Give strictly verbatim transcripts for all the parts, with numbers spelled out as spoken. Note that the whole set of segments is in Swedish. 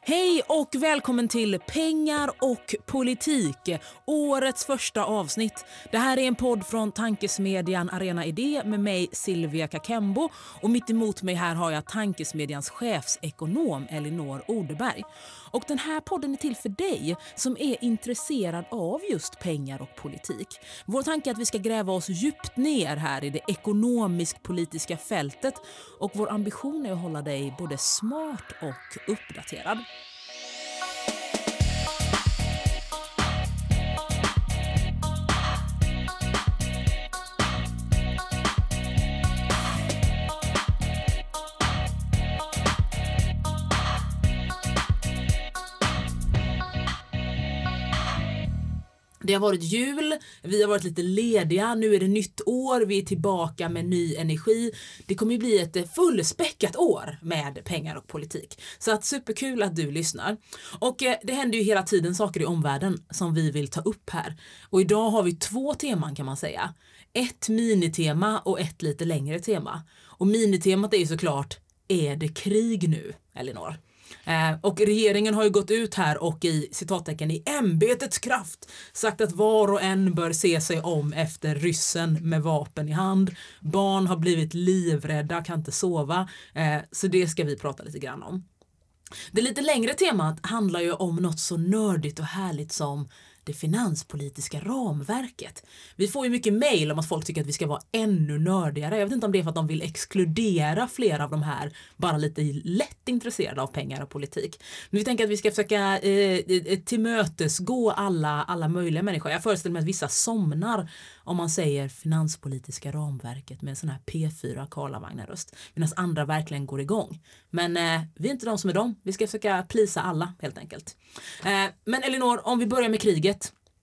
Hej och välkommen till Pengar och politik, årets första avsnitt. Det här är en podd från tankesmedjan Arena Idé med mig Silvia Kakembo, och mitt emot mig här har jag tankesmedjans chefsekonom Elinor Odeberg. Och den här podden är till för dig som är intresserad av just pengar och politik. Vår tanke är att vi ska gräva oss djupt ner här i det ekonomisk-politiska fältet, och vår ambition är att hålla dig både smart och uppdaterad. Det har varit jul, vi har varit lite lediga, nu är det nytt år, vi är tillbaka med ny energi. Det kommer ju bli ett fullspäckat år med pengar och politik. Så att superkul att du lyssnar. Och eh, det händer ju hela tiden saker i omvärlden som vi vill ta upp här. Och idag har vi två teman kan man säga. Ett minitema och ett lite längre tema. Och minitemat är ju såklart, är det krig nu, Elinor? Eh, och regeringen har ju gått ut här och i citattecken i ämbetets kraft sagt att var och en bör se sig om efter ryssen med vapen i hand. Barn har blivit livrädda, kan inte sova. Eh, så det ska vi prata lite grann om. Det lite längre temat handlar ju om något så nördigt och härligt som det finanspolitiska ramverket. Vi får ju mycket mejl om att folk tycker att vi ska vara ännu nördigare. Jag vet inte om det är för att de vill exkludera flera av de här bara lite lätt intresserade av pengar och politik. Men vi tänker att vi ska försöka eh, tillmötesgå alla, alla möjliga människor. Jag föreställer mig att vissa somnar om man säger finanspolitiska ramverket med en sån här P fyra Karlavagnar-röst. Medan andra verkligen går igång. Men eh, vi är inte de som är de. Vi ska försöka plisa alla helt enkelt. Eh, men Elinor, om vi börjar med kriget.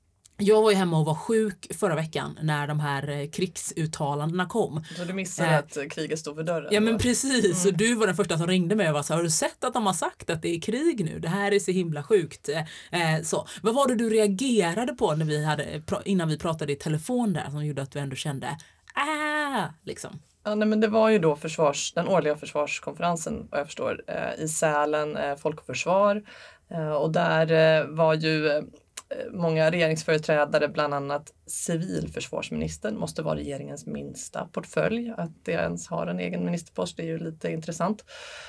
Jag var ju hemma och var sjuk förra veckan när de här krigsuttalandena kom. Så du missade eh, att kriget stod för dörren? Ja men då? precis, mm. och du var den första som ringde mig och var så, har du sett att de har sagt att det är krig nu? Det här är så himla sjukt. Eh, så. Vad var det du reagerade på när vi hade, innan vi pratade i telefon där som gjorde att du ändå kände, ah, liksom? Ja, nej, men det var ju då försvars, den årliga försvarskonferensen, vad jag förstår, eh, i Sälen, eh, Folk och Försvar. Eh, och där eh, var ju eh, många regeringsföreträdare, bland annat civilförsvarsministern, måste vara regeringens minsta portfölj. Att det ens har en egen ministerpost är ju lite intressant.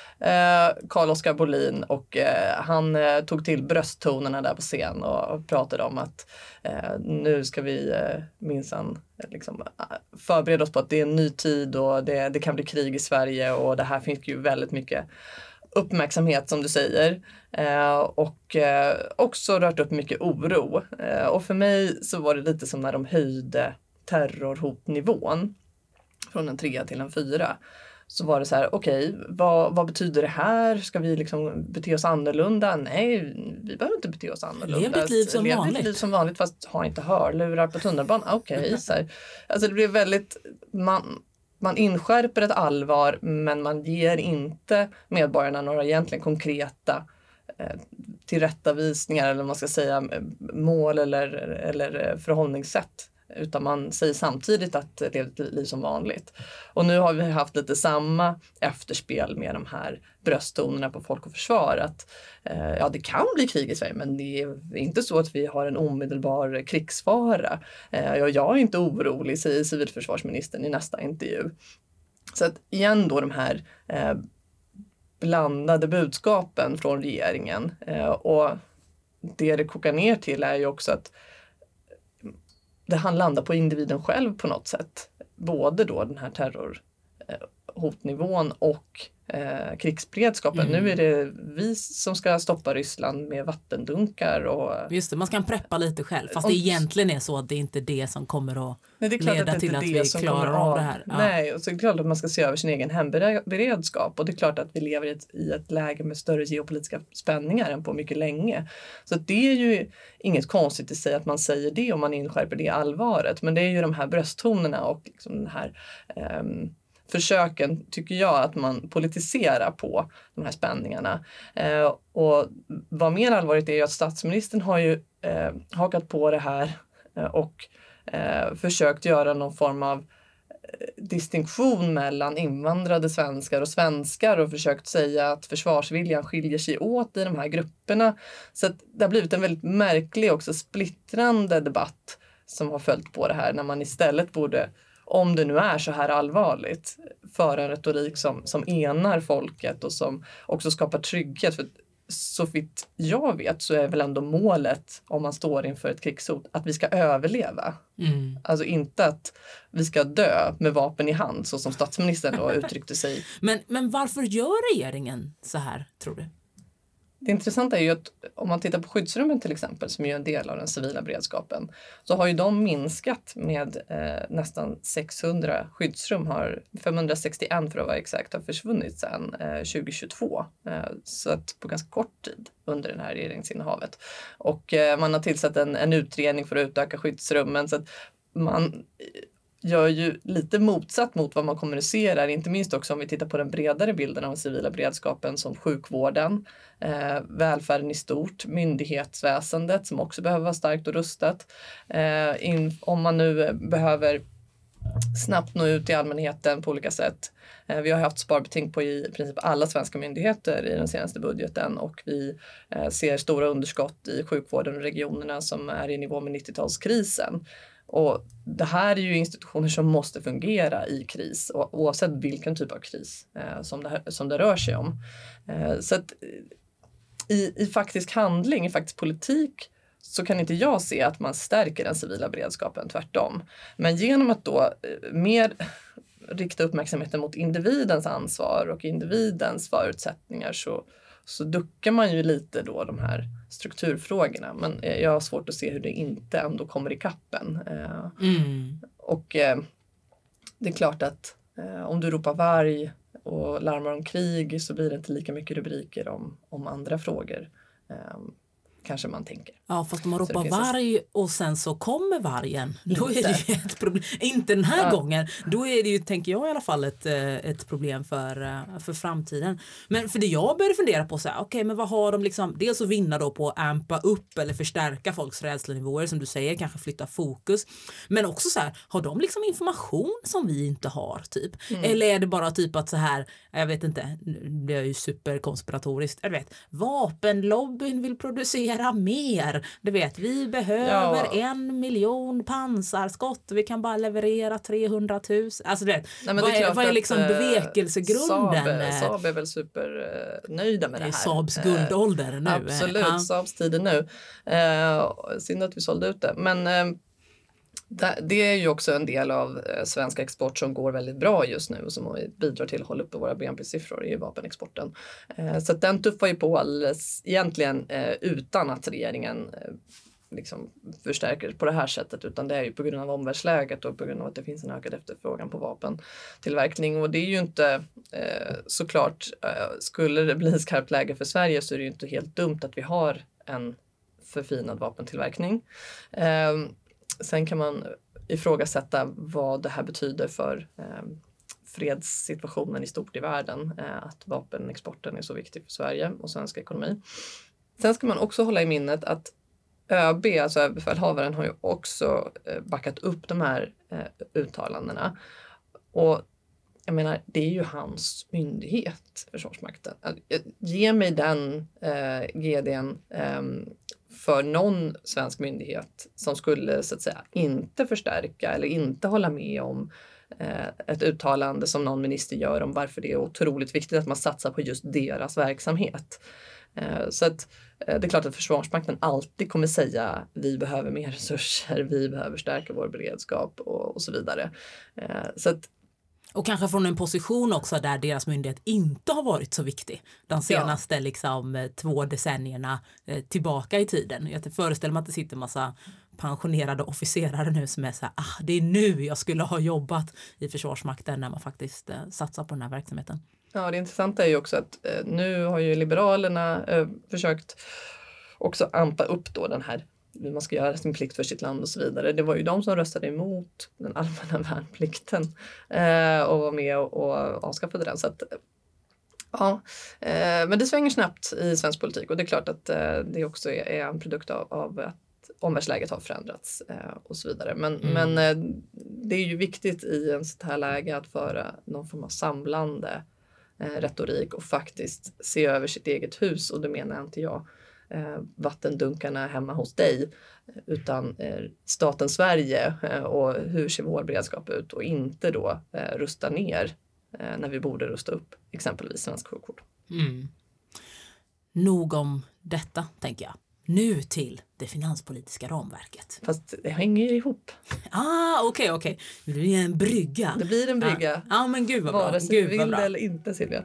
Eh, Carl-Oskar Bolin, och eh, han eh, tog till brösttonerna där på scen och, och pratade om att eh, nu ska vi eh, minsann liksom, förbereda oss på att det är en ny tid och det, det kan bli krig i Sverige, och det här finns ju väldigt mycket uppmärksamhet som du säger, eh, och eh, också rört upp mycket oro. Eh, och för mig så var det lite som när de höjde terrorhotnivån från en trea till en fyra. Så var det så här, okej, okay, vad, vad betyder det här? Ska vi liksom bete oss annorlunda? Nej, vi behöver inte bete oss annorlunda. Lev ditt liv som Lev vanligt. ditt liv som vanligt, fast ha inte hörlurar på tunnelbanan. Okej, okay, så här. Alltså det blev väldigt... Man, Man inskärper ett allvar, men man ger inte medborgarna några egentligen konkreta eh, tillrättavisningar, eller man ska säga mål eller, eller förhållningssätt. Utan man säger samtidigt att det är ett liv som vanligt. Och nu har vi haft lite samma efterspel med de här brösttonerna på Folk och Försvar. Att eh, ja, det kan bli krig i Sverige, men det är inte så att vi har en omedelbar krigsfara. Eh, jag, jag är inte orolig, säger civilförsvarsministern i nästa intervju. Så att igen då de här eh, blandade budskapen från regeringen. Eh, och det det kokar ner till är ju också att det han landar på individen själv på något sätt. Både då den här terrorhotnivån och eh, krigsberedskapen. Mm. Nu är det vi som ska stoppa Ryssland med vattendunkar. Och, just det, man ska preppa lite själv. Fast det egentligen är så att det inte är det som kommer att nej, det är klart leda att det till att det vi klarar av det här. Ja. Nej, och så är det klart att man ska se över sin egen hemberedskap. Och det är klart att vi lever i ett, i ett läge med större geopolitiska spänningar än på mycket länge. Så det är ju inget konstigt i sig att man säger det om man inskärper det allvaret. Men det är ju de här brösttonerna och liksom den här... Um, försöken tycker jag att man politiserar på de här spänningarna. Eh, och vad mer allvarligt är ju att statsministern har ju eh, hakat på det här eh, och eh, försökt göra någon form av distinktion mellan invandrade svenskar och svenskar och försökt säga att försvarsviljan skiljer sig åt i de här grupperna. Så att det har blivit en väldigt märklig också splittrande debatt som har följt på det här, när man istället borde, om det nu är så här allvarligt, föra en retorik som, som enar folket och som också skapar trygghet. För så vitt jag vet så är väl ändå målet, om man står inför ett krigshot, att vi ska överleva. Mm. Alltså inte att vi ska dö med vapen i hand, så som statsministern då uttryckte sig. Men, men varför gör regeringen så här, tror du? Det intressanta är ju att om man tittar på skyddsrummen till exempel, som är en del av den civila beredskapen, så har ju de minskat med eh, nästan sexhundra skyddsrum. Har femhundrasextioen för att vara exakt har försvunnit sedan eh, tjugohundratjugotvå. Eh, så att på ganska kort tid under det här regeringsinnehavet. Och eh, man har tillsatt en, en utredning för att utöka skyddsrummen, så att man gör ju lite motsatt mot vad man kommunicerar, inte minst också om vi tittar på den bredare bilden av den civila beredskapen, som sjukvården, eh, välfärden i stort, myndighetsväsendet som också behöver vara starkt och rustat. Eh, in, om man nu behöver snabbt nå ut till allmänheten på olika sätt. Eh, vi har haft sparbeting på i princip alla svenska myndigheter i den senaste budgeten, och vi eh, ser stora underskott i sjukvården och regionerna som är i nivå med nittiotalskrisen. Och det här är ju institutioner som måste fungera i kris, oavsett vilken typ av kris eh, som, det här, som det rör sig om. Eh, så att i, i faktisk handling, i faktisk politik, så kan inte jag se att man stärker den civila beredskapen, tvärtom. Men genom att då eh, mer rikta uppmärksamheten mot individens ansvar och individens förutsättningar, så, så duckar man ju lite då de här strukturfrågorna. Men jag har svårt att se hur det inte ändå kommer i kappen. Mm. Och eh, det är klart att eh, om du ropar varg och larmar om krig, så blir det inte lika mycket rubriker om, om andra frågor. Eh, kanske man tänker. Ja, fast om man ropar varg och sen så kommer vargen, då är det ju ett problem. Inte den här ja. gången. Då är det ju, tänker jag i alla fall, ett, ett problem för, för framtiden. Men för det jag började fundera på så här, okej, okay, men vad har de liksom, dels att vinna då på att ampa upp eller förstärka folks rädslenivåer, som du säger, kanske flytta fokus. Men också så här, har de liksom information som vi inte har, typ? Mm. Eller är det bara typ att så här, jag vet inte, det är ju superkonspiratoriskt, jag vet, vapenlobbyn vill producera mer. Du vet, vi behöver ja. en miljon pansarskott. Vi kan bara leverera trehundratusen. Alltså du vet, Nej, vad, är, vad är liksom att, bevekelsegrunden? Saab, Saab är väl supernöjda med det, det här. Saabs guldålder nu. Absolut, ja. Saabs tider nu. Eh, synd att vi sålde ut det. Men eh, det är ju också en del av svensk export som går väldigt bra just nu och som bidrar till att hålla uppe våra B N P-siffror i vapenexporten. Så att den tuffar ju på alldeles egentligen utan att regeringen liksom förstärker på det här sättet, utan det är ju på grund av omvärldsläget och på grund av att det finns en ökad efterfrågan på vapentillverkning. Och det är ju inte såklart, skulle det bli skarpt läge för Sverige, så är det ju inte helt dumt att vi har en förfinad vapentillverkning. Sen kan man ifrågasätta vad det här betyder för eh, fredssituationen i stort i världen. Eh, att vapenexporten är så viktig för Sverige och svensk ekonomi. Sen ska man också hålla i minnet att ÖB, alltså överbefälhavaren, har ju också eh, backat upp de här eh, uttalandena. Och jag menar, det är ju hans myndighet, Försvarsmakten. Ge mig den eh, G D:n eh, för någon svensk myndighet som skulle så att säga inte förstärka eller inte hålla med om eh, ett uttalande som någon minister gör om varför det är otroligt viktigt att man satsar på just deras verksamhet. Eh, så att eh, det är klart att Försvarsmakten alltid kommer säga vi behöver mer resurser, vi behöver stärka vår beredskap och, och så vidare. Eh, så att Och kanske från en position också där deras myndighet inte har varit så viktig de senaste ja. liksom, två decennierna eh, tillbaka i tiden. Jag föreställer mig att det sitter en massa pensionerade officerare nu som är så här, ah, det är nu jag skulle ha jobbat i Försvarsmakten när man faktiskt eh, satsar på den här verksamheten. Ja, det intressanta är ju också att eh, nu har ju Liberalerna eh, försökt också ampa upp då den här hur man ska göra sin plikt för sitt land och så vidare. Det var ju de som röstade emot den allmänna värnplikten eh, och var med och, och avskaffade den. Så att, ja, eh, men det svänger snabbt i svensk politik och det är klart att eh, det också är, är en produkt av, av att att omvärldsläget har förändrats eh, och så vidare. Men, Mm. men eh, det är ju viktigt i en sånt här läge att föra någon form av samlande eh, retorik och faktiskt se över sitt eget hus. Och det menar inte jag eh, vattendunkarna hemma hos dig, utan eh, staten Sverige eh, och hur ser vår beredskap ut, och inte då eh, rusta ner eh, när vi borde rusta upp exempelvis svensk sjukvård. Mm. Nog om detta, tänker jag. Nu till det finanspolitiska ramverket. Fast det hänger ihop. Ah, okej, okay, okej. Okay. Det blir en brygga. Det blir en brygga. Ja, ah, men gud vad bra. Vare sig gud, du vad vill bra. det eller inte, Silvia.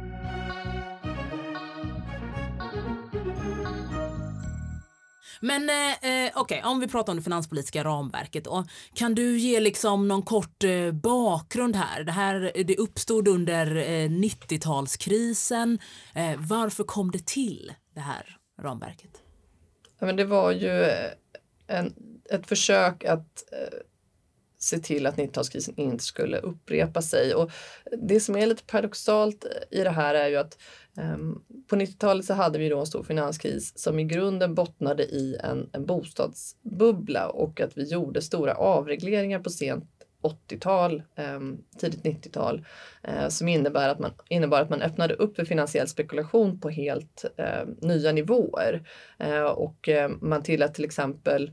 Men eh, okej, okay, om vi pratar om det finanspolitiska ramverket då, kan du ge liksom någon kort eh, bakgrund här? Det här det uppstod under eh, nittiotalskrisen. Eh, varför kom det till det här ramverket? Ja, men det var ju en, ett försök att eh, se till att nittiotalskrisen inte skulle upprepa sig. Och det som är lite paradoxalt i det här är ju att um, på nittiotalet så hade vi då en stor finanskris som i grunden bottnade i en, en bostadsbubbla, och att vi gjorde stora avregleringar på sent åttiotal, um, tidigt nittiotal uh, som innebär att man, innebar att man öppnade upp för finansiell spekulation på helt uh, nya nivåer. Uh, och uh, man tillät till exempel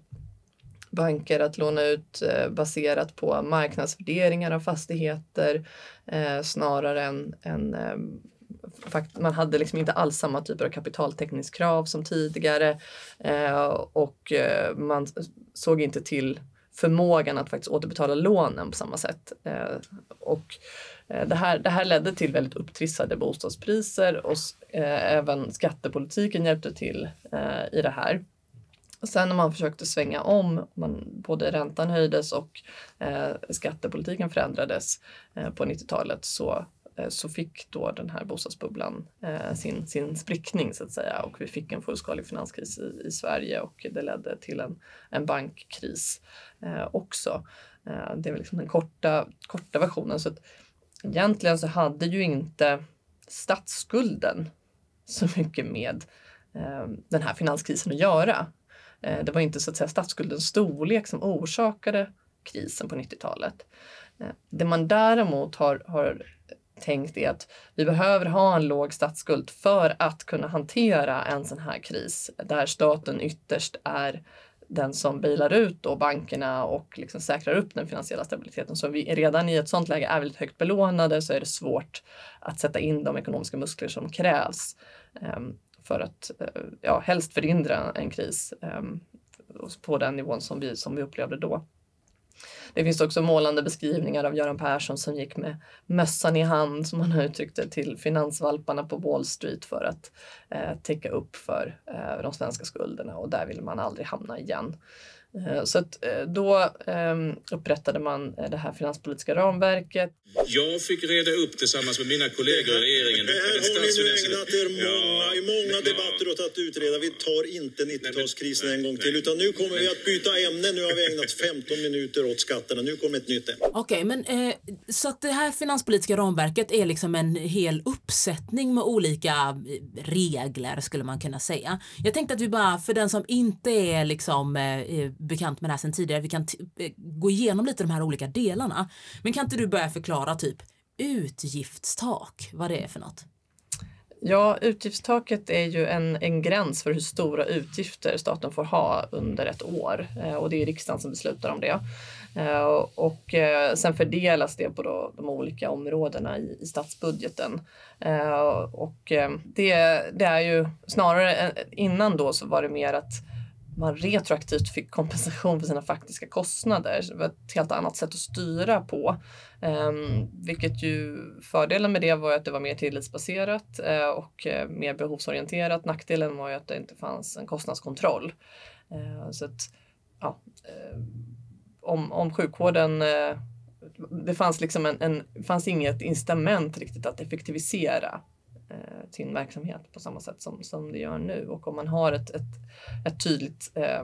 banker att låna ut eh, baserat på marknadsvärderingar av fastigheter eh, snarare än, än eh, fakt- man hade liksom inte alls samma typer av kapitaltäckningskrav som tidigare eh, och eh, man såg inte till förmågan att faktiskt återbetala lånen på samma sätt. Eh, och eh, det, här, det här ledde till väldigt upptrissade bostadspriser, och eh, även skattepolitiken hjälpte till eh, i det här. Och sen när man försökte svänga om, man, både räntan höjdes och eh, skattepolitiken förändrades eh, på nittiotalet, så, eh, så fick då den här bostadsbubblan eh, sin, sin sprickning så att säga, och vi fick en fullskalig finanskris i, i Sverige, och det ledde till en, en bankkris eh, också. Eh, det är liksom den korta, korta versionen. Så att egentligen så hade ju inte statsskulden så mycket med eh, den här finanskrisen att göra. Det var inte så att säga statsskuldens storlek som orsakade krisen på nittiotalet. Det man däremot har, har tänkt är att vi behöver ha en låg statsskuld för att kunna hantera en sån här kris, där staten ytterst är den som bailar ut då bankerna och liksom säkrar upp den finansiella stabiliteten. Så vi redan i ett sånt läge är väldigt högt belånade, så är det svårt att sätta in de ekonomiska muskler som krävs för att ja, helst förhindra en kris um, på den nivån som vi, som vi upplevde då. Det finns också målande beskrivningar av Göran Persson som gick med mössan i hand, som han uttryckte, till finansvalparna på Wall Street för att eh, täcka upp för eh, de svenska skulderna, och där vill man aldrig hamna igen. Så att då upprättade man det här finanspolitiska ramverket. Jag fick reda upp tillsammans med mina kollegor i regeringen. Det här har ni nu ägnat er många, i många debatter åt att utreda. Vi tar inte nittiotalskrisen en gång till, utan nu kommer vi att byta ämne. Nu har vi ägnat femton minuter åt skatterna. Nu kommer ett nytt ämne. Okej, okay, men eh, så att det här finanspolitiska ramverket är liksom en hel uppsättning med olika regler, skulle man kunna säga. Jag tänkte att vi bara, för den som inte är liksom eh, bekant med det här sedan tidigare, vi kan t- gå igenom lite de här olika delarna. Men kan inte du börja förklara typ utgiftstak, vad det är för något? Ja, utgiftstaket är ju en, en gräns för hur stora utgifter staten får ha under ett år, eh, och det är riksdagen som beslutar om det. Eh, och eh, sen fördelas det på då, de olika områdena i, i statsbudgeten. Eh, och eh, det, det är ju snarare, innan då så var det mer att man retroaktivt fick kompensation för sina faktiska kostnader. Det var ett helt annat sätt att styra på. Um, vilket ju, fördelen med det var att det var mer tillitsbaserat uh, och uh, mer behovsorienterat. Nackdelen var ju att det inte fanns en kostnadskontroll. Uh, så att, ja, uh, om, om sjukvården... Uh, det fanns liksom en, en, fanns inget incitament riktigt att effektivisera sin verksamhet på samma sätt som, som det gör nu. Och om man har ett, ett, ett tydligt eh,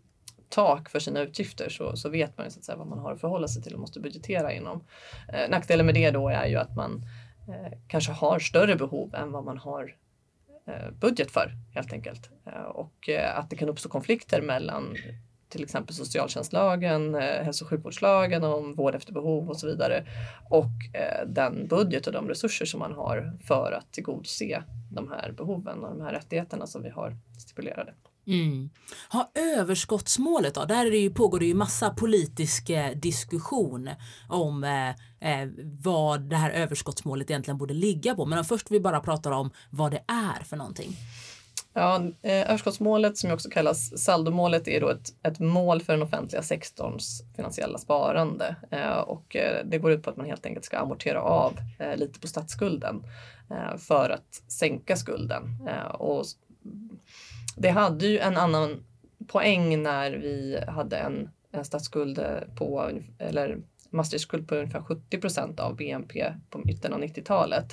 tak för sina utgifter, så, så vet man ju så att säga vad man har att förhålla sig till och måste budgetera inom. Eh, nackdelen med det då är ju att man eh, kanske har större behov än vad man har budget för helt enkelt. Och att det kan uppstå konflikter mellan till exempel socialtjänstlagen, hälso- och sjukvårdslagen om vård efter behov och så vidare. Och den budget och de resurser som man har för att tillgodose de här behoven och de här rättigheterna som vi har stipulerade. Mm. Ha, överskottsmålet då, där är det ju, pågår det ju massa politisk eh, diskussion om eh, eh, vad det här överskottsmålet egentligen borde ligga på. Men först vi bara pratar om vad det är för någonting. Ja, eh, överskottsmålet som också kallas saldomålet är då ett, ett mål för den offentliga sektorns finansiella sparande. Eh, och eh, det går ut på att man helt enkelt ska amortera av eh, lite på statsskulden eh, för att sänka skulden. Eh, och det hade ju en annan poäng när vi hade en, en statsskuld på, eller Maastrichtskuld på ungefär sjuttio procent av B N P på mitten av nittiotalet.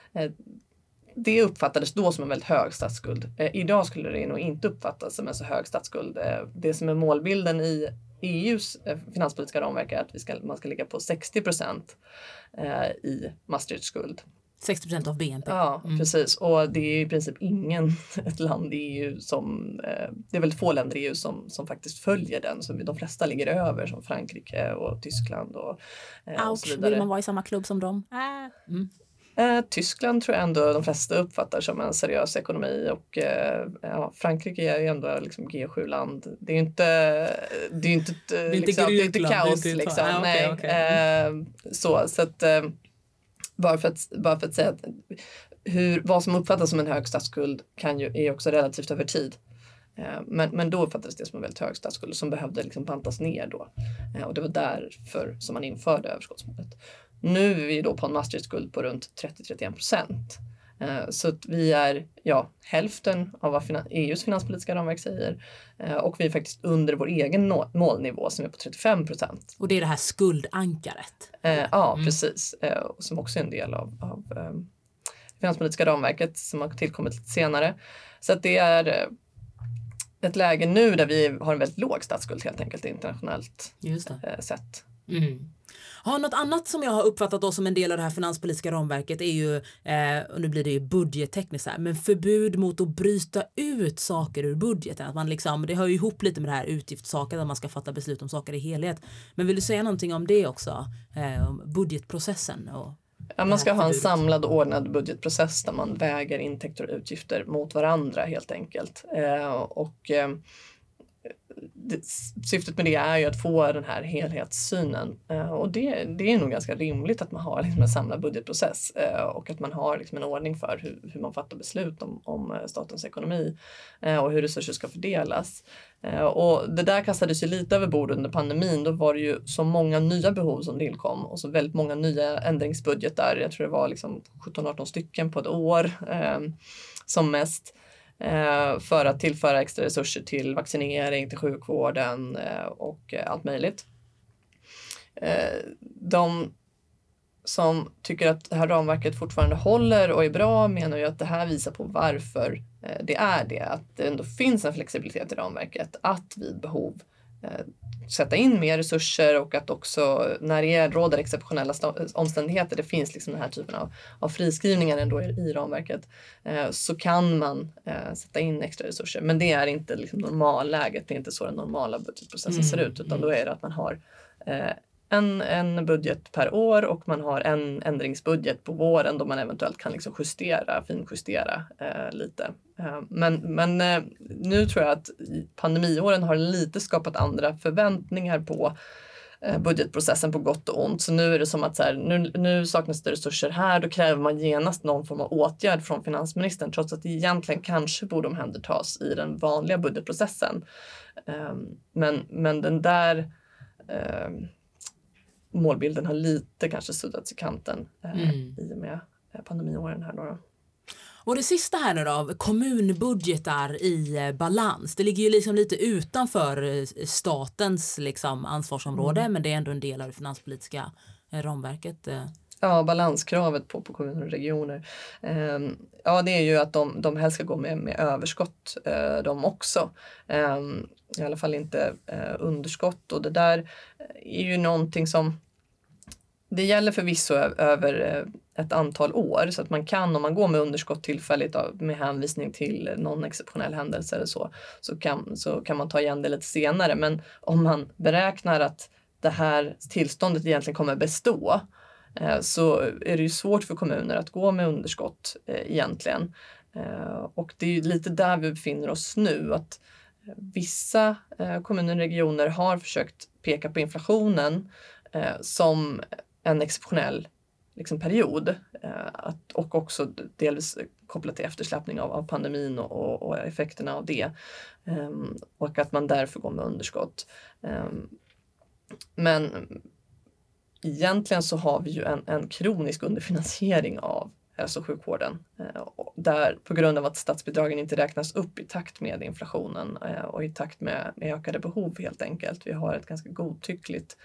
Det uppfattades då som en väldigt hög statsskuld. Idag skulle det nog inte uppfattas som en så hög statsskuld. Det som är målbilden i E U:s finanspolitiska ramverk är att vi ska, man ska ligga på sextio procent i Maastrichtskuld. sextio procent av B N P. Ja, mm. precis. Och det är i princip ingen ett land i E U som, eh, det är väldigt få länder i E U som, som faktiskt följer den. Så de flesta ligger över, som Frankrike och Tyskland och, eh, och så vidare. Vill man vara i samma klubb som dem? Mm. Eh, Tyskland tror jag ändå de flesta uppfattar som en seriös ekonomi och eh, ja, Frankrike är ju ändå liksom G sju-land. Det är ju inte, det är inte, det är inte, liksom, det är inte kaos. Det är inte liksom. ah, okay, Nej. okay. Eh, så, så att eh, Bara för, att, bara för att säga att hur, vad som uppfattas som en hög statsskuld kan ju, är också relativt över tid. Eh, men, men då uppfattades det som en väldigt hög statsskuld som behövde liksom bantas ner då. Eh, och det var därför som man införde överskottsmålet. Nu är vi då på en Maastrichtskuld på runt trettio till trettioen procent. Eh, så att vi är ja, hälften av vad finan- E U:s finanspolitiska ramverk säger. Eh, och vi är faktiskt under vår egen no- målnivå som är på trettiofem procent. Och det är det här skuldankaret. Eh, ja, mm. precis. Eh, som också är en del av, av eh, finanspolitiska ramverket som har tillkommit lite senare. Så att det är eh, ett läge nu där vi har en väldigt låg statsskuld helt enkelt internationellt Just det. Eh, sett. Mm. Ja, något annat som jag har uppfattat då som en del av det här finanspolitiska ramverket är ju, eh, och nu blir det ju budgettekniskt här, men förbud mot att bryta ut saker ur budgeten. Att man liksom, det hör ju ihop lite med det här utgiftssaken där man ska fatta beslut om saker i helhet. Men vill du säga någonting om det också? Eh, om budgetprocessen och ja, man ska ha en samlad och ordnad budgetprocess där man väger intäkter och utgifter mot varandra helt enkelt. Eh, och eh, Det, syftet med det är ju att få den här helhetssynen uh, och det, det är nog ganska rimligt att man har liksom en samlad budgetprocess uh, och att man har liksom en ordning för hur, hur man fattar beslut om, om statens ekonomi uh, och hur resurser ska fördelas. Uh, och det där kastades ju lite över bord under pandemin. Då var det ju så många nya behov som tillkom och så väldigt många nya ändringsbudgetar. Jag tror det var liksom sjutton arton stycken på ett år uh, som mest. För att tillföra extra resurser till vaccinering, till sjukvården och allt möjligt. De som tycker att det här ramverket fortfarande håller och är bra menar ju att det här visar på varför det är det. Att det ändå finns en flexibilitet i ramverket att vid behov sätta in mer resurser och att också när det råder exceptionella omständigheter, det finns liksom den här typen av, av friskrivningar ändå i, i ramverket, eh, så kan man eh, sätta in extra resurser. Men det är inte liksom normalläget, det är inte så den normala budgetprocessen mm. ser ut, utan då är det att man har eh, en, en budget per år och man har en ändringsbudget på våren då man eventuellt kan liksom justera, finjustera eh, lite. Eh, men men eh, nu tror jag att pandemiåren har lite skapat andra förväntningar på eh, budgetprocessen på gott och ont. Så nu är det som att så här, nu, nu saknas det resurser här, då kräver man genast någon form av åtgärd från finansministern trots att det egentligen kanske borde omhändertas i den vanliga budgetprocessen. Eh, men, men den där eh, målbilden har lite kanske suddats i kanten eh, mm. i och med pandemiåren här då. Och det sista här nu då, kommunbudgetar i eh, balans. Det ligger ju liksom lite utanför eh, statens liksom, ansvarsområde, mm. men det är ändå en del av det finanspolitiska eh, ramverket. Eh. Ja, balanskravet på, på kommuner och regioner. Eh, ja, det är ju att de, de helst ska gå med, med överskott eh, de också. Eh, I alla fall inte eh, underskott. Och det där är ju någonting som det gäller förvisso över ett antal år, så att man kan, om man går med underskott tillfälligt med hänvisning till någon exceptionell händelse eller så, så kan, så kan man ta igen det lite senare. Men om man beräknar att det här tillståndet egentligen kommer bestå, så är det ju svårt för kommuner att gå med underskott egentligen. Och det är ju lite där vi befinner oss nu, att vissa kommuner och regioner har försökt peka på inflationen som en exceptionell liksom, period att, och också delvis kopplat till eftersläppning av, av pandemin och, och, och effekterna av det, och att man därför går med underskott. Men egentligen så har vi ju en, en kronisk underfinansiering av hälso- och sjukvården, där på grund av att statsbidragen inte räknas upp i takt med inflationen och i takt med, med ökade behov helt enkelt. Vi har ett ganska godtyckligt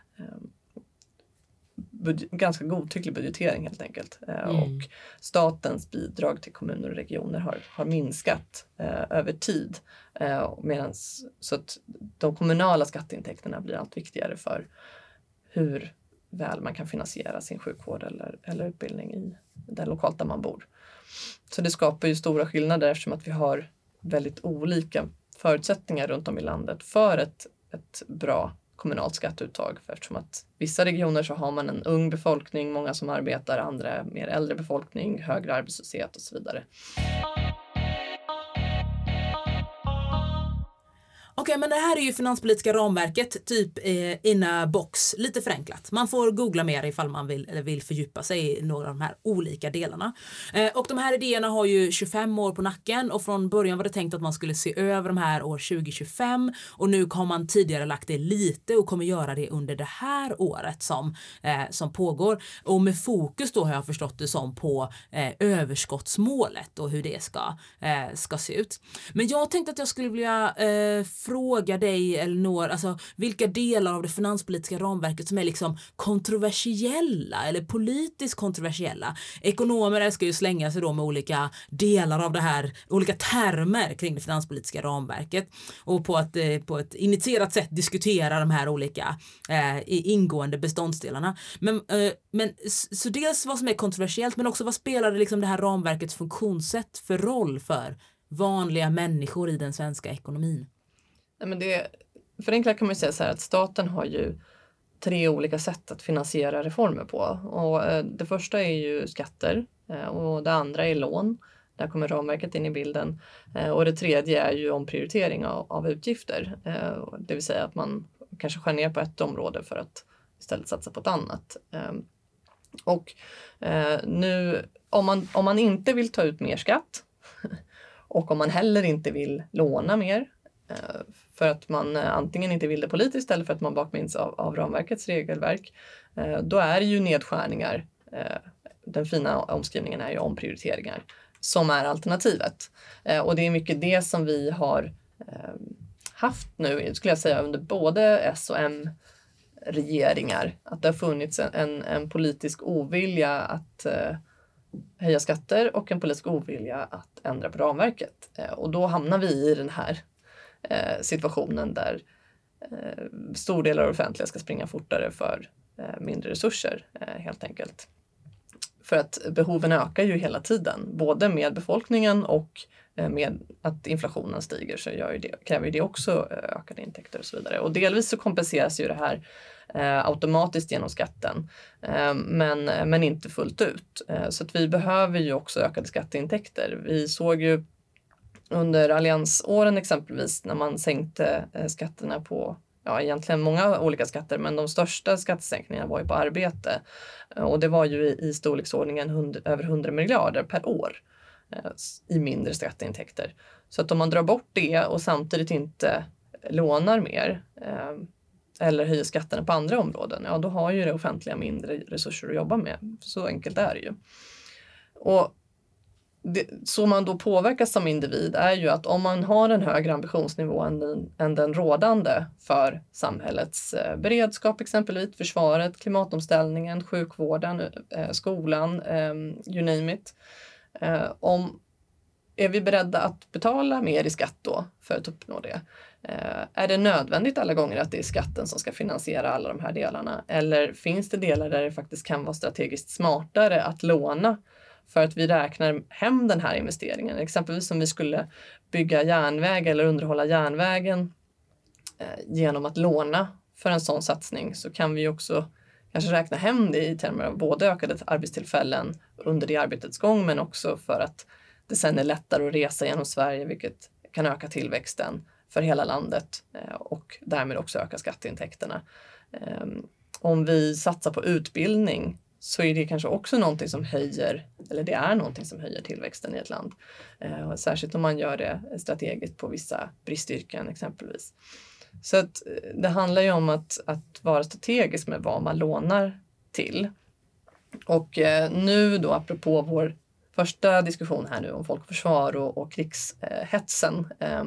budget, ganska godtycklig budgetering helt enkelt. Mm. Och statens bidrag till kommuner och regioner har, har minskat eh, över tid. Eh, medans, så att de kommunala skatteintäkterna blir allt viktigare för hur väl man kan finansiera sin sjukvård eller, eller utbildning i den lokalt där man bor. Så det skapar ju stora skillnader eftersom att vi har väldigt olika förutsättningar runt om i landet för ett, ett bra kommunalt skatteuttag. För eftersom att vissa regioner så har man en ung befolkning, många som arbetar, andra mer äldre befolkning, högre arbetslöshet och så vidare. Okej, men det här är ju finanspolitiska ramverket typ eh, in a box, lite förenklat. Man får googla mer ifall man vill, eller vill fördjupa sig i några av de här olika delarna. Eh, och de här idéerna har ju tjugofem år på nacken och från början var det tänkt att man skulle se över de här år tjugo tjugofem och nu har man tidigare lagt det lite och kommer göra det under det här året som, eh, som pågår. Och med fokus då har jag förstått det som på eh, överskottsmålet och hur det ska, eh, ska se ut. Men jag tänkte att jag skulle vilja eh, fråga dig, Elinor, alltså vilka delar av det finanspolitiska ramverket som är liksom kontroversiella eller politiskt kontroversiella. Ekonomer älskar ju slänga sig då med olika delar av det här, olika termer kring det finanspolitiska ramverket och på att eh, på ett initierat sätt diskutera de här olika eh, ingående beståndsdelarna. Men, eh, men så dels vad som är kontroversiellt, men också vad spelar det liksom det här ramverkets funktionssätt för roll för vanliga människor i den svenska ekonomin? Nej, men det, förenklat kan man säga så här att staten har ju tre olika sätt att finansiera reformer på. Och eh, det första är ju skatter eh, och det andra är lån. Där kommer ramverket in i bilden. Eh, och det tredje är ju omprioritering av, av utgifter. Eh, det vill säga att man kanske skär ner på ett område för att istället satsa på ett annat. Eh, och eh, nu om man, om man inte vill ta ut mer skatt och om man heller inte vill låna mer, för att man antingen inte vill det politiskt eller för att man bakminns av, av ramverkets regelverk, då är det ju nedskärningar, den fina omskrivningen är ju omprioriteringar, som är alternativet. Och det är mycket det som vi har haft nu, skulle jag säga, under både S och M-regeringar. Att det har funnits en, en politisk ovilja att höja skatter och en politisk ovilja att ändra på ramverket. Och då hamnar vi i den här Eh, situationen där eh, stor del av det offentliga ska springa fortare för eh, mindre resurser eh, helt enkelt. För att behoven ökar ju hela tiden, både med befolkningen och eh, med att inflationen stiger, så gör ju det, kräver ju det också eh, ökade intäkter och så vidare. Och delvis så kompenseras ju det här eh, automatiskt genom skatten, eh, men, men inte fullt ut. Eh, så att vi behöver ju också ökade skatteintäkter. Vi såg ju under alliansåren exempelvis när man sänkte skatterna på, ja egentligen många olika skatter, men de största skattesänkningarna var ju på arbete. Och det var ju i, i storleksordningen hund, över hundra miljarder per år eh, i mindre skatteintäkter. Så att om man drar bort det och samtidigt inte lånar mer eh, eller höjer skatterna på andra områden, ja då har ju det offentliga mindre resurser att jobba med. Så enkelt är det ju. Och Det, så man då påverkas som individ är ju att om man har en högre ambitionsnivå än den, än den rådande för samhällets eh, beredskap, exempelvis försvaret, klimatomställningen, sjukvården, eh, skolan, eh, you name it. Eh, om är vi beredda att betala mer i skatt då för att uppnå det? Eh, är det nödvändigt alla gånger att det är skatten som ska finansiera alla de här delarna? Eller finns det delar där det faktiskt kan vara strategiskt smartare att låna för att vi räknar hem den här investeringen? Exempelvis om vi skulle bygga järnväg eller underhålla järnvägen eh, genom att låna för en sån satsning, så kan vi också kanske räkna hem det i termer av både ökade arbetstillfällen under det arbetets gång, men också för att det sen är lättare att resa genom Sverige, vilket kan öka tillväxten för hela landet och därmed också öka skatteintäkterna. Om vi satsar på utbildning så är det kanske också någonting som höjer, eller det är någonting som höjer tillväxten i ett land. Särskilt om man gör det strategiskt på vissa bristyrken exempelvis. Så att det handlar ju om att, att vara strategisk med vad man lånar till. Och eh, nu då apropå vår första diskussion här nu om folk och försvar och, och krigshetsen eh,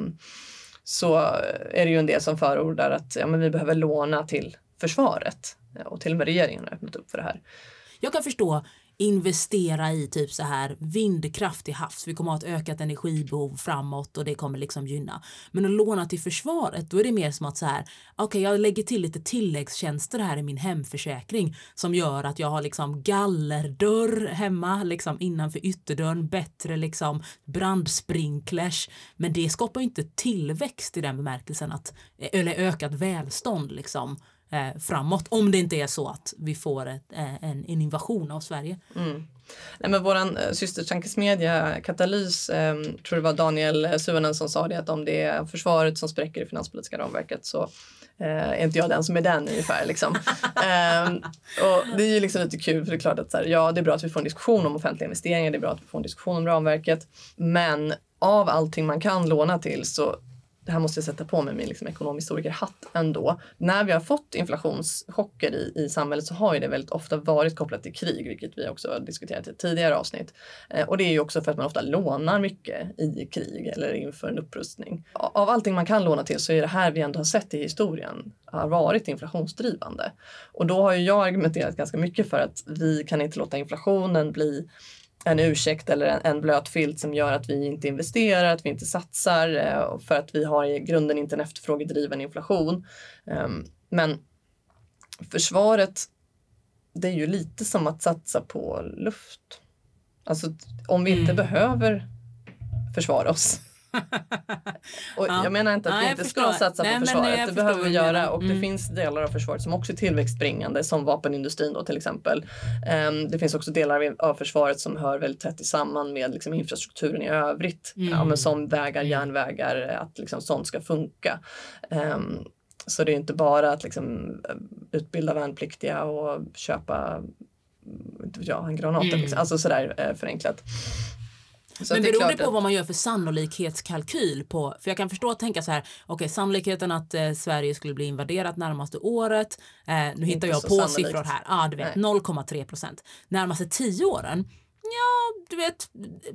så är det ju en del som förordar att ja, men vi behöver låna till försvaret. Och till och med regeringen har öppnat upp för det här. Jag kan förstå investera i typ så här vindkraft i havs. Vi kommer att ha ett ökat energibehov framåt och det kommer liksom gynna. Men att låna till försvaret, då är det mer som att så här, okej, okay, jag lägger till lite tilläggstjänster här i min hemförsäkring som gör att jag har liksom gallerdörr hemma liksom innanför ytterdörren, bättre liksom brandsprinklers. Men det skapar inte tillväxt i den bemärkelsen att, eller ökat välstånd liksom. Eh, framåt, om det inte är så att vi får ett, eh, en, en invasion av Sverige. Mm. Nej, men våran eh, systertankesmedja Katalys, eh, tror det var Daniel Suhonen som sa det, att om det är försvaret som spräcker det finanspolitiska ramverket så eh, är inte jag den som är den ungefär. Liksom. eh, och det är ju liksom lite kul, för det är klart att så här, ja, det är bra att vi får en diskussion om offentliga investeringar, det är bra att vi får en diskussion om ramverket, men av allting man kan låna till så det här måste jag sätta på mig min liksom ekonomhistorikerhatt ändå. När vi har fått inflationschocker i, i samhället så har ju det väldigt ofta varit kopplat till krig, vilket vi också har diskuterat i ett tidigare avsnitt. Eh, och det är ju också för att man ofta lånar mycket i krig eller inför en upprustning. Av allting man kan låna till så är det här vi ändå har sett i historien har varit inflationsdrivande. Och då har ju jag argumenterat ganska mycket för att vi kan inte låta inflationen bli en ursäkt eller en, en blöt filt som gör att vi inte investerar, att vi inte satsar eh, för att vi har i grunden inte en efterfrågedriven inflation. Um, men försvaret, det är ju lite som att satsa på luft. Alltså om vi inte mm. behöver försvara oss. Och ja. Jag menar inte att ja, vi inte förstår. ska satsa Nej, på försvaret. Det behöver vi göra. Och mm. det finns delar av försvaret som också är tillväxtbringande, som vapenindustrin då till exempel. Um, det finns också delar av försvaret som hör väldigt tätt samman med liksom, infrastrukturen i övrigt. Mm. Ja, men som vägar, järnvägar, att liksom, sånt ska funka. Um, så det är inte bara att liksom, utbilda värnpliktiga och köpa inte vet jag, en granat. Mm. Liksom. Alltså sådär förenklat. Så men beror det på att... vad man gör för sannolikhetskalkyl på, för jag kan förstå att tänka så här, okej, okay, sannolikheten att eh, Sverige skulle bli invaderat närmaste året, eh, nu inte hittar jag på sannolikt. Siffror här, ja ah, du vet, noll komma tre procent. Närmaste tio åren, ja du vet,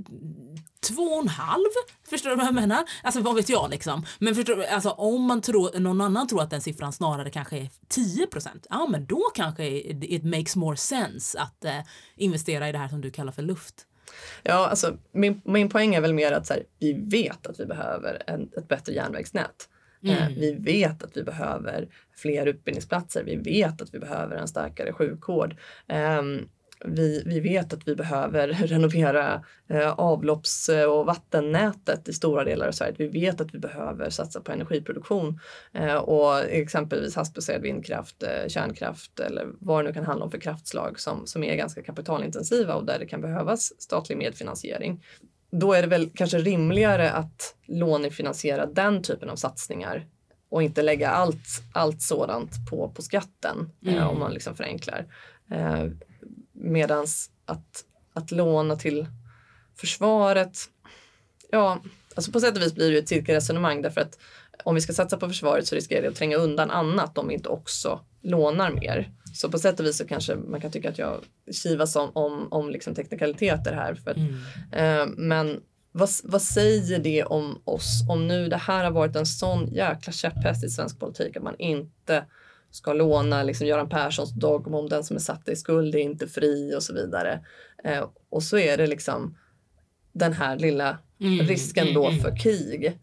två och en halv, förstår du vad jag menar? Alltså vad vet jag liksom, men förstår du, alltså om man tror, någon annan tror att den siffran snarare kanske är tio procent, ja men då kanske it makes more sense att eh, investera i det här som du kallar för luft. Ja, alltså min, min poäng är väl mer att så här, vi vet att vi behöver en, ett bättre järnvägsnät. Mm. Eh, vi vet att vi behöver fler utbildningsplatser. Vi vet att vi behöver en starkare sjukvård. Eh, vi, vi vet att vi behöver renovera eh, avlopps- och vattennätet i stora delar av Sverige. Vi vet att vi behöver satsa på energiproduktion eh, och exempelvis havsbaserad vindkraft, eh, kärnkraft eller vad det nu kan handla om för kraftslag som, som är ganska kapitalintensiva och där det kan behövas statlig medfinansiering. Då är det väl kanske rimligare att lånefinansiera den typen av satsningar och inte lägga allt, allt sådant på, på skatten mm. eh, om man liksom förenklar. Eh, Medans att, att låna till försvaret, ja, alltså på sätt och vis blir det ett cirkelresonemang därför att om vi ska satsa på försvaret så riskerar det att tränga undan annat om vi inte också lånar mer. Så på sätt och vis så kanske man kan tycka att jag kivas om, om, om liksom teknikaliteter här. För att, mm. eh, men vad, vad säger det om oss om nu det här har varit en sån jäkla käpphäst i svensk politik att man inte ska låna liksom Göran Perssons dogm om den som är satt i skuld är inte fri och så vidare. Eh, och så är det liksom den här lilla mm, risken då mm, för krig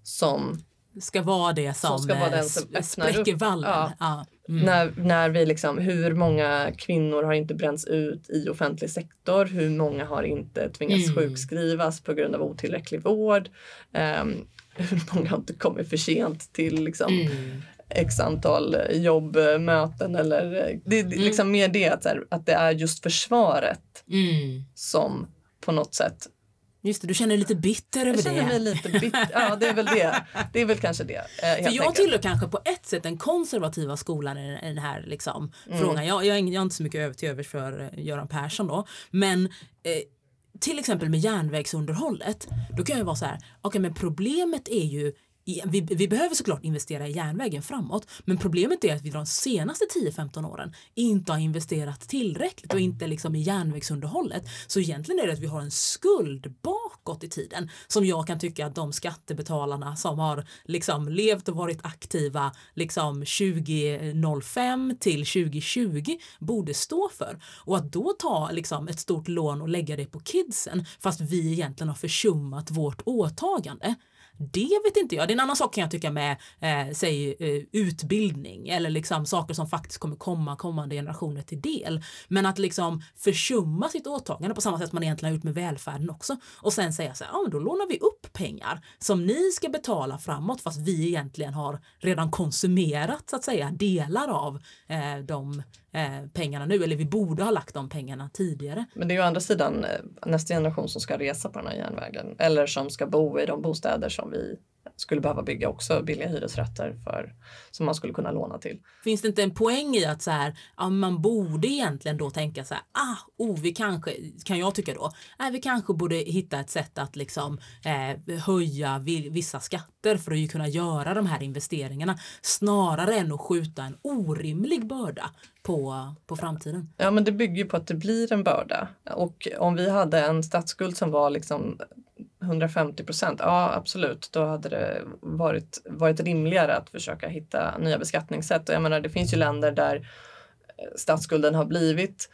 som ska vara det som, som, ska vara den som spräcker vallen. Ja. Ja. Mm. När, när vi liksom, hur många kvinnor har inte bränts ut i offentlig sektor, hur många har inte tvingats mm. sjukskrivas på grund av otillräcklig vård, um, hur många har inte kommit för sent till liksom, mm. x antal jobbmöten eller det är mm. liksom mer det att, här, att det är just försvaret mm. som på något sätt. Just det, du känner dig lite bitter över det. Jag känner mig lite bitter, ja det är väl det. Det är väl kanske det. Eh, För jag tillhör kanske på ett sätt den konservativa skolan i den här liksom, mm. frågan. Jag, jag, jag har inte så mycket över till övers för Göran Persson då. Men eh, till exempel med järnvägsunderhållet, då kan jag vara så här, okej okay, men problemet är ju Vi, vi behöver såklart investera i järnvägen framåt, men problemet är att vi de senaste tio femton åren inte har investerat tillräckligt och inte liksom i järnvägsunderhållet. Så egentligen är det att vi har en skuld bakåt i tiden som jag kan tycka att de skattebetalarna som har liksom levt och varit aktiva liksom tjugo noll fem till tjugo tjugo borde stå för. Och att då ta liksom ett stort lån och lägga det på kidsen fast vi egentligen har försummat vårt åtagande. Det vet inte jag. Det är en annan sak kan jag tycka med eh, säg, eh, utbildning eller liksom saker som faktiskt kommer komma kommande generationer till del. Men att liksom försumma sitt åtagande på samma sätt som man egentligen har gjort med välfärden också. Och sen säga så här, ja men då lånar vi upp pengar som ni ska betala framåt fast vi egentligen har redan konsumerat så att säga delar av eh, de eh, pengarna nu. Eller vi borde ha lagt de pengarna tidigare. Men det är ju å andra sidan nästa generation som ska resa på den här järnvägen. Eller som ska bo i de bostäder som vi skulle behöva bygga också billiga hyresrätter för, som man skulle kunna låna till. Finns det inte en poäng i att så här, ja, man borde egentligen då tänka så här, ah, oh, vi kanske, kan jag tycka då, nej, vi kanske borde hitta ett sätt att liksom eh, höja vissa skatter för att kunna göra de här investeringarna snarare än att skjuta en orimlig börda på, på framtiden. Ja, men det bygger ju på att det blir en börda. Och om vi hade en statsskuld som var liksom hundrafemtio procent, ja absolut, då hade det varit, varit rimligare att försöka hitta nya beskattningssätt. Och jag menar, det finns ju länder där statsskulden har blivit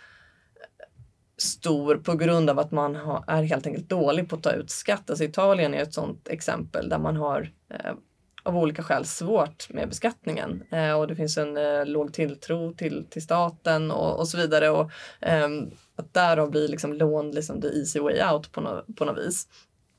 stor på grund av att man har, är helt enkelt dålig på att ta ut skatt. Alltså Italien är ett sådant exempel där man har eh, av olika skäl svårt med beskattningen. Eh, och det finns en eh, låg tilltro till, till staten och, och så vidare. Och eh, att därav blir liksom lån liksom the easy way out på, no, på något vis.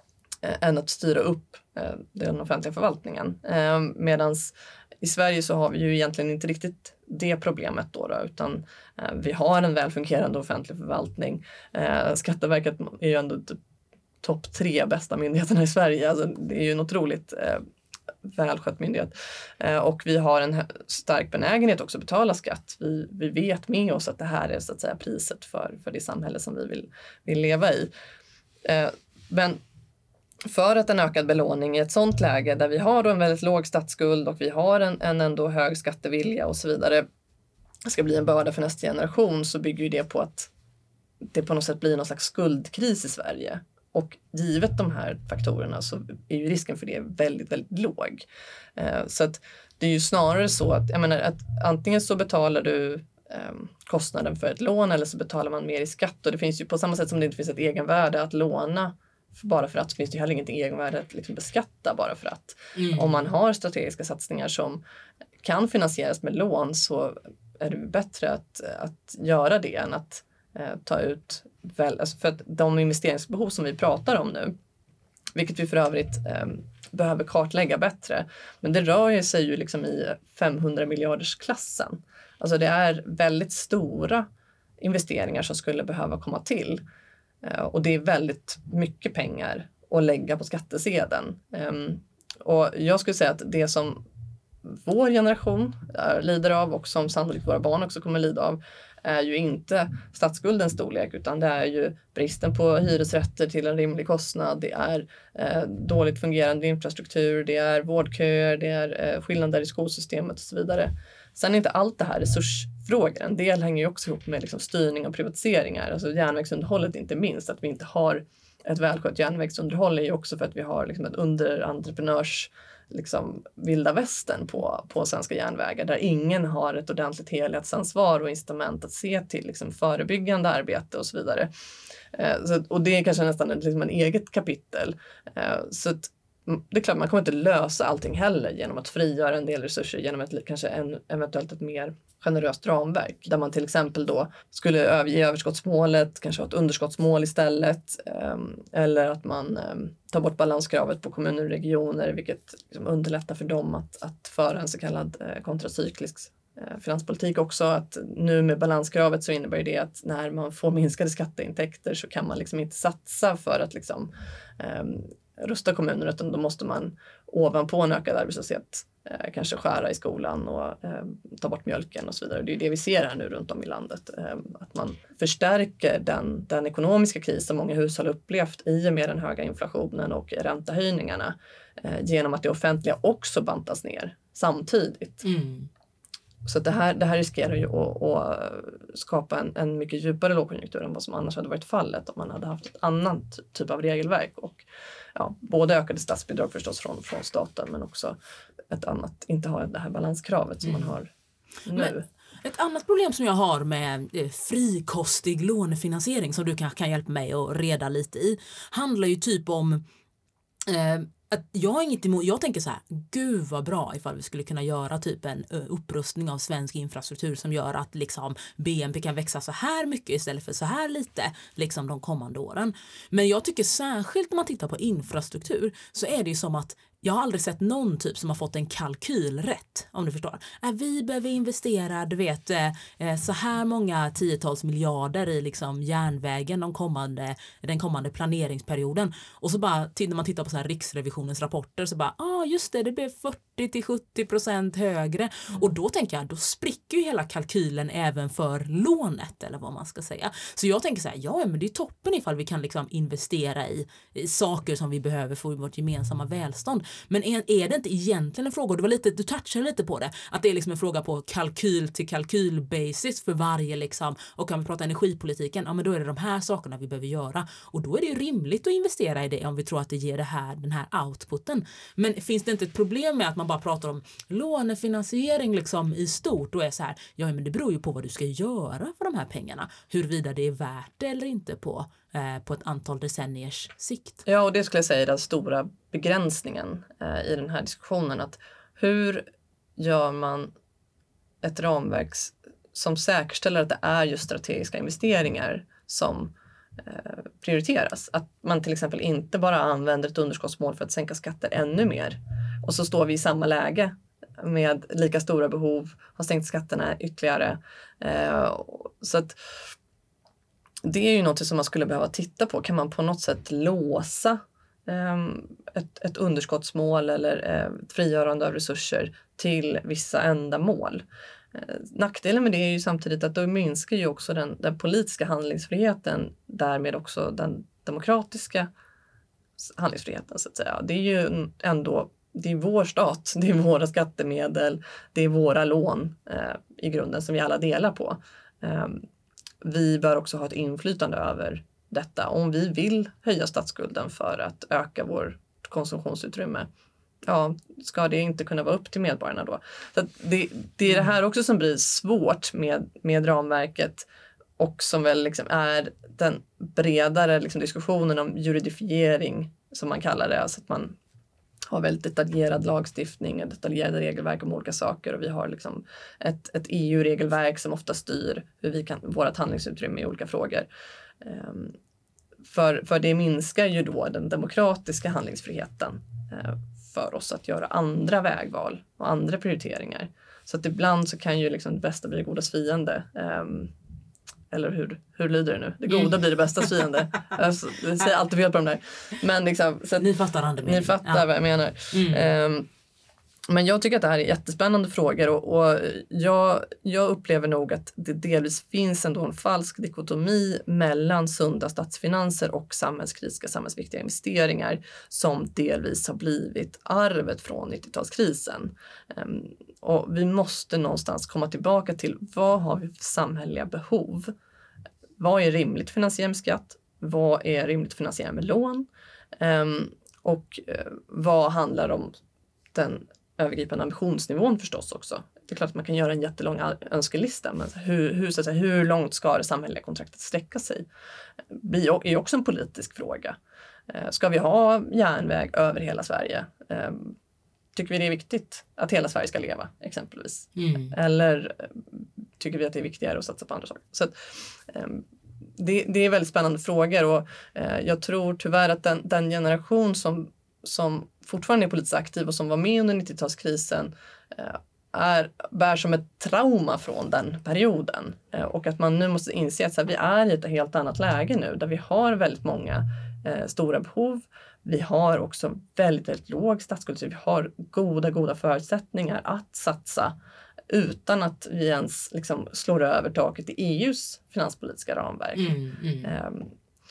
Än att styra upp eh, den offentliga förvaltningen. Eh, medans i Sverige så har vi ju egentligen inte riktigt det problemet då, då utan eh, vi har en välfungerande offentlig förvaltning. Eh, Skatteverket är ju ändå topp tre bästa myndigheterna i Sverige. Alltså, det är ju en otroligt eh, välskött myndighet. Eh, och vi har en stark benägenhet också att betala skatt. Vi, vi vet med oss att det här är så att säga priset för, för det samhälle som vi vill, vill leva i. Eh, men för att en ökad belåning i ett sånt läge där vi har då en väldigt låg statsskuld och vi har en, en ändå hög skattevilja och så vidare ska bli en börda för nästa generation, så bygger ju det på att det på något sätt blir någon slags skuldkris i Sverige. Och givet de här faktorerna så är ju risken för det väldigt, väldigt låg. Eh, så att det är ju snarare så att, jag menar, att antingen så betalar du eh, kostnaden för ett lån eller så betalar man mer i skatt. Och det finns ju på samma sätt som det inte finns ett egenvärde att låna bara för att, så finns det ju heller ingenting egenvärde att liksom beskatta bara för att. Mm. Om man har strategiska satsningar som kan finansieras med lån, så är det bättre att, att göra det än att eh, ta ut väl, alltså för att de investeringsbehov som vi pratar om nu, vilket vi för övrigt eh, behöver kartlägga bättre, men det rör sig ju liksom i femhundra miljarders klassen. Alltså det är väldigt stora investeringar som skulle behöva komma till. Och det är väldigt mycket pengar att lägga på skattesedeln. Och jag skulle säga att det som vår generation lider av och som sannolikt våra barn också kommer lida av är ju inte statsskuldens storlek, utan det är ju bristen på hyresrätter till en rimlig kostnad. Det är eh, dåligt fungerande infrastruktur, det är vårdköer, det är eh, skillnader i skolsystemet och så vidare. Sen är inte allt det här resursfrågor. En del hänger ju också ihop med liksom styrning och privatiseringar. Alltså järnvägsunderhållet inte minst. Att vi inte har ett välskött järnvägsunderhåll är ju också för att vi har liksom ett underentreprenörs liksom vilda västern på, på svenska järnvägar där ingen har ett ordentligt helhetsansvar och incitament att se till liksom förebyggande arbete och så vidare. Eh, så, och det är kanske nästan ett, liksom en eget kapitel. Eh, så att, det är klart, man kommer inte lösa allting heller genom att frigöra en del resurser genom ett kanske en, eventuellt ett mer generöst ramverk där man till exempel då skulle överge överskottsmålet, kanske ha ett underskottsmål istället um, eller att man um, tar bort balanskravet på kommuner och regioner vilket liksom underlättar för dem att, att föra en så kallad uh, kontracyklisk uh, finanspolitik också. Att nu med balanskravet så innebär det att när man får minskade skatteintäkter så kan man liksom inte satsa för att liksom um, rusta kommuner utan då måste man ovanpå en ökad arbetslöshet eh, kanske skära i skolan och eh, ta bort mjölken och så vidare. Det är det vi ser här nu runt om i landet. Eh, att man förstärker den, den ekonomiska kris som många hushåll upplevt i och med den höga inflationen och räntehöjningarna eh, genom att det offentliga också bantas ner samtidigt. Mm. Så att det, här, det här riskerar ju att, att skapa en, en mycket djupare lågkonjunktur än vad som annars hade varit fallet om man hade haft ett annat typ av regelverk. Och ja, både ökade statsbidrag förstås från, från staten men också ett annat, inte ha det här balanskravet som mm. man har nu. Men ett annat problem som jag har med frikostig lånefinansiering som du kan, kan hjälpa mig att reda lite i handlar ju typ om eh, att jag har inget emot, jag tänker så här, gud vad bra ifall vi skulle kunna göra typ en upprustning av svensk infrastruktur som gör att liksom B N P kan växa så här mycket istället för så här lite liksom de kommande åren. Men jag tycker särskilt när man tittar på infrastruktur så är det ju som att jag har aldrig sett någon typ som har fått en kalkyl rätt, om du förstår. Äh, vi behöver investera, du vet, eh, så här många tiotals miljarder i liksom järnvägen de kommande, den kommande planeringsperioden. Och så bara, när man tittar på så här Riksrevisionens rapporter så bara, ja ah, just det, det blev fyrtio till sjuttio procent högre. Mm. Och då tänker jag, då spricker ju hela kalkylen även för lånet, eller vad man ska säga. Så jag tänker så här, ja men det är toppen ifall vi kan liksom investera i, i saker som vi behöver för vårt gemensamma välstånd. Men är, är det inte egentligen en fråga, du var lite, du touchade lite på det, att det är liksom en fråga på kalkyl till kalkylbasis för varje liksom, och kan vi prata energipolitiken, ja men då är det de här sakerna vi behöver göra och då är det ju rimligt att investera i det om vi tror att det ger det här, den här outputen. Men finns det inte ett problem med att man bara pratar om lånefinansiering liksom i stort och är så här, ja men det beror ju på vad du ska göra för de här pengarna, huruvida det är värt det eller inte på på ett antal decenniers sikt. Ja, och det skulle jag säga är den stora begränsningen eh, i den här diskussionen. Att hur gör man ett ramverk som säkerställer att det är just strategiska investeringar som eh, prioriteras? Att man till exempel inte bara använder ett underskottsmål för att sänka skatter ännu mer. Och så står vi i samma läge med lika stora behov, har sänkt skatterna ytterligare. Eh, så att det är ju något som man skulle behöva titta på. Kan man på något sätt låsa um, ett, ett underskottsmål eller uh, ett frigörande av resurser till vissa ändamål? Uh, nackdelen med det är ju samtidigt att då minskar ju också den, den politiska handlingsfriheten, därmed också den demokratiska handlingsfriheten så att säga. Det är ju ändå, det är vår stat, det är våra skattemedel, det är våra lån uh, i grunden som vi alla delar på. Um, Vi bör också ha ett inflytande över detta. Om vi vill höja statsskulden för att öka vårt konsumtionsutrymme, ja, ska det inte kunna vara upp till medborgarna då? Så att det, det är det här också som blir svårt med, med ramverket och som väl liksom är den bredare liksom diskussionen om juridifiering som man kallar det. Alltså att man har väldigt detaljerad lagstiftning och detaljerade regelverk om olika saker och vi har liksom ett, ett E U-regelverk som ofta styr hur vi kan, vårat handlingsutrymme i olika frågor. Um, för, för det minskar ju då den demokratiska handlingsfriheten uh, för oss att göra andra vägval och andra prioriteringar. Så att ibland så kan ju liksom det bästa bli det godas fiende. Um, Eller hur, hur lyder det nu? Det goda mm. blir det bästa fiende. Alltså, jag säger alltid fel på de där. Men liksom, så att, ni fattar andemening. Ni fattar ja. vad jag menar. Mm. Um, men jag tycker att det här är jättespännande frågor. Och, och jag, jag upplever nog att det delvis finns ändå en falsk dikotomi mellan sunda statsfinanser och samhällskritiska, samhällsviktiga investeringar som delvis har blivit arvet från nittiotalskrisen. Um, och vi måste någonstans komma tillbaka till vad har vi för samhälleliga behov? Vad är rimligt finansieringsskatt? vad är rimligt att finansiera med lån? Um, och uh, vad handlar om den övergripande ambitionsnivån förstås också. Det är klart att man kan göra en jättelång önskelista, men hur, hur, så att säga, hur långt ska det samhälleliga kontraktet sträcka sig? Det är också en politisk fråga. Ska vi ha järnväg över hela Sverige? Tycker vi det är viktigt att hela Sverige ska leva, exempelvis? Mm. Eller tycker vi att det är viktigare att satsa på andra saker? Så att, det, det är väldigt spännande frågor, och jag tror tyvärr att den, den generation som, som fortfarande är politiskt aktiv och som var med under nittiotalskrisen är, bär som ett trauma från den perioden. Och att man nu måste inse att så här, vi är i ett helt annat läge nu, där vi har väldigt många eh, stora behov. Vi har också väldigt, väldigt låg statsskuld, så vi har goda, goda förutsättningar att satsa utan att vi ens liksom slår över taket i E U:s finanspolitiska ramverk. Mm, mm. Um,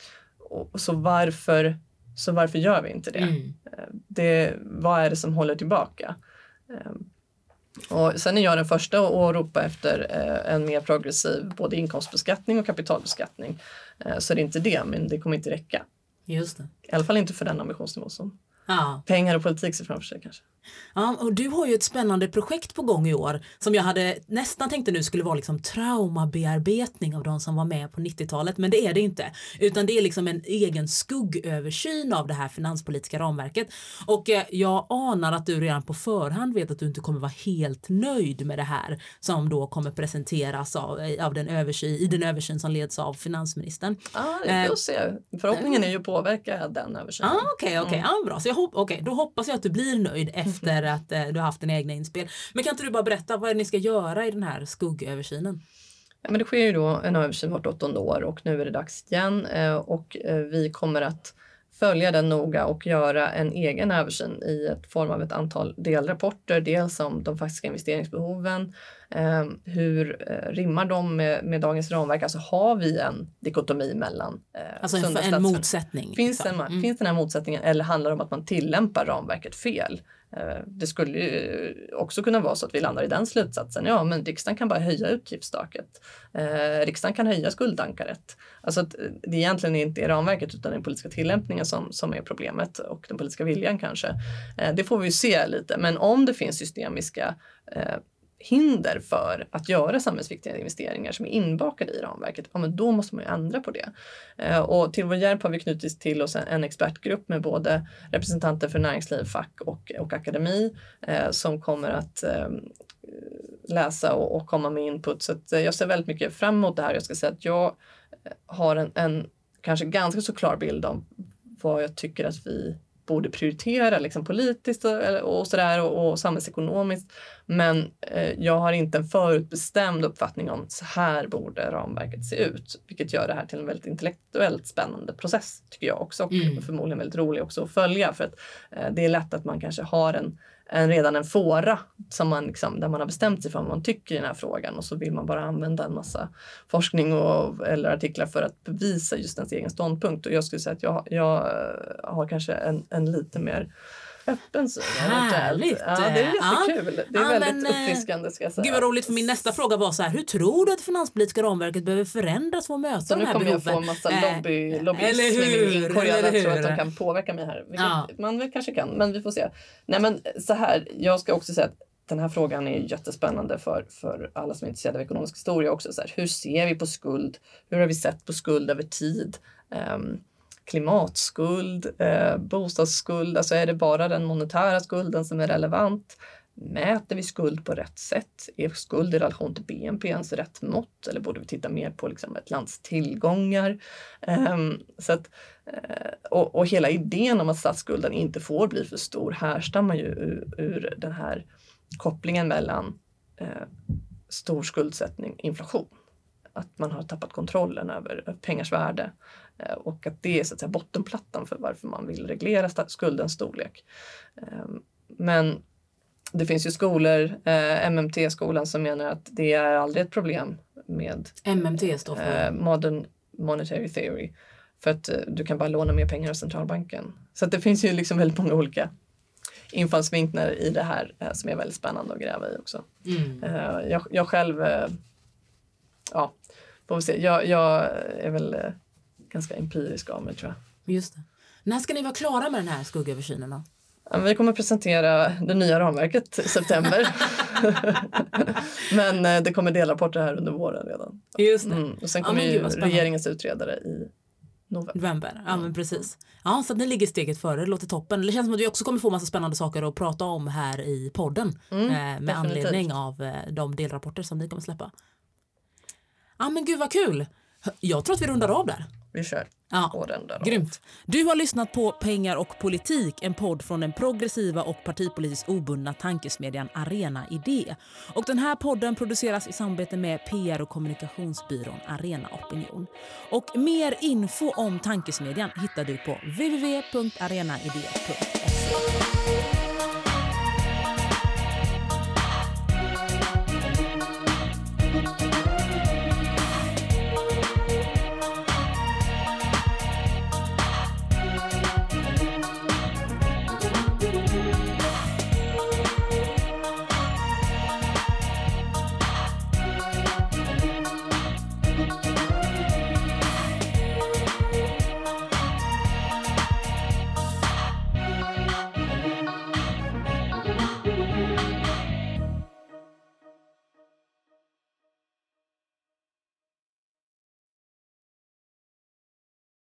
och, så, varför, så varför gör vi inte det? Mm. det? Vad är det som håller tillbaka? Um, och sen är jag den första att ropa efter eh, en mer progressiv både inkomstbeskattning och kapitalbeskattning. Eh, så det är inte det, men det kommer inte räcka. Just det. I alla fall inte för den ambitionsnivå som ja. pengar och politik ser framför sig kanske. Ja, och du har ju ett spännande projekt på gång i år som jag hade nästan tänkte nu skulle vara liksom traumabearbetning av de som var med på nittiotalet, men det är det inte, utan det är liksom en egen skuggöversyn av det här finanspolitiska ramverket, och eh, jag anar att du redan på förhand vet att du inte kommer vara helt nöjd med det här som då kommer presenteras av, av den översyn, i den översyn som leds av finansministern. Ja, det får se. Förhoppningen är ju att påverka den översynen. Ja, okej, okej, ja, bra. Så jag hopp, okay, då hoppas jag att du blir nöjd efter att eh, du har haft en egna inspel. Men kan inte du bara berätta vad ni ska göra i den här skuggöversynen? Ja, men det sker ju då en översyn vart åttonde år, och nu är det dags igen. Eh, och eh, vi kommer att följa den noga och göra en egen översyn i ett form av ett antal delrapporter. Dels om de faktiska investeringsbehoven. Eh, hur eh, rimmar de med, med dagens ramverk? Alltså har vi en dikotomi mellan eh, alltså en, en motsättning? Finns, en, mm. finns den här motsättningen, eller handlar det om att man tillämpar ramverket fel? Det skulle ju också kunna vara så att vi landar i den slutsatsen. Ja, men riksdagen kan bara höja utgiftstaket. Eh, riksdagen kan höja skuldankaret. Alltså att det egentligen inte är ramverket utan den politiska tillämpningen som, som är problemet, och den politiska viljan kanske. Eh, det får vi ju se lite. Men om det finns systemiska eh, hinder för att göra samhällsviktiga investeringar som är inbakade i ramverket, ja, men då måste man ju ändra på det. Eh, och till vår hjälp har vi knutit till oss en, en expertgrupp med både representanter för näringsliv, fack och, och akademi eh, som kommer att eh, läsa och, och komma med input. Så att, eh, jag ser väldigt mycket fram emot det här. Jag ska säga att jag har en, en kanske ganska så klar bild om vad jag tycker att vi borde prioritera liksom politiskt och, och sådär och, och samhällsekonomiskt. Men eh, jag har inte en förutbestämd uppfattning om så här borde ramverket se ut. Vilket gör det här till en väldigt intellektuellt spännande process, tycker jag också. Och mm. förmodligen väldigt rolig också att följa. För att eh, det är lätt att man kanske har en, en redan en fåra som man liksom, där man har bestämt sig för vad man tycker i den här frågan. Och så vill man bara använda en massa forskning och, eller artiklar för att bevisa just ens egen ståndpunkt. Och jag skulle säga att jag, jag har kanske en, en lite mer öppen syn. Härligt! Ja, det är jättekul. Ja. Det är ja, väldigt men, uppfriskande, ska jag säga. Gud vad roligt, för min nästa fråga var så här: hur tror du att det finanspolitiska ramverket behöver förändras för att möta så de här behoven? Så nu kommer behoven? jag få en massa lobby, eh, lobbyism eller hur, inkorgad. Jag tror att de hur? kan påverka mig här. Vilket Ja. Man kanske kan, men vi får se. Nej, men så här, jag ska också säga att den här frågan är jättespännande för, för alla som är intresserade av ekonomisk historia också. Så här, hur ser vi på skuld? Hur har vi sett på skuld över tid? Um, klimatskuld, eh, bostadsskuld, alltså är det bara den monetära skulden som är relevant? Mäter vi skuld på rätt sätt? Är skuld i relation till B N P ens rätt mått? Eller borde vi titta mer på liksom ett lands tillgångar? Um, så att, uh, och, och hela idén om att statsskulden inte får bli för stor härstammar ju ur, ur den här kopplingen mellan uh, stor skuldsättning och inflation. Att man har tappat kontrollen över pengars värde. Och att det är så att säga bottenplattan för varför man vill reglera skuldens storlek. Men det finns ju skolor, M M T-skolan, som menar att det är aldrig ett problem med M M T står för Modern Monetary Theory. För att du kan bara låna mer pengar av centralbanken. Så att det finns ju liksom väldigt många olika infallsvinklar i det här som är väldigt spännande att gräva i också. Mm. Jag, jag själv, ja, får vi se. Jag, jag är väl ganska empirisk av mig, tror jag. Just det. När ska ni vara klara med den här skuggöversynen då? Ja, vi kommer presentera det nya ramverket i september. Men eh, det kommer delrapporter här under våren redan. Just det. Mm. Och sen kommer ja, ju regeringens utredare i november. november. Ja, men precis. Ja, så att ni ligger steget före. Det låter toppen. Det känns som att vi också kommer få massa spännande saker att prata om här i podden. Mm, eh, med definitivt. Anledning av eh, de delrapporter som ni kommer släppa. Ja, men gud vad kul. Jag tror att vi rundar av där. Vi kör. Ja, grymt. Du har lyssnat på Pengar och politik, en podd från den progressiva och partipolitiskt obundna tankesmedjan Arena Idé. Och den här podden produceras i samarbete med P R- och kommunikationsbyrån Arena Opinion. Och mer info om tankesmedjan hittar du på w w w punkt arenaidé punkt se.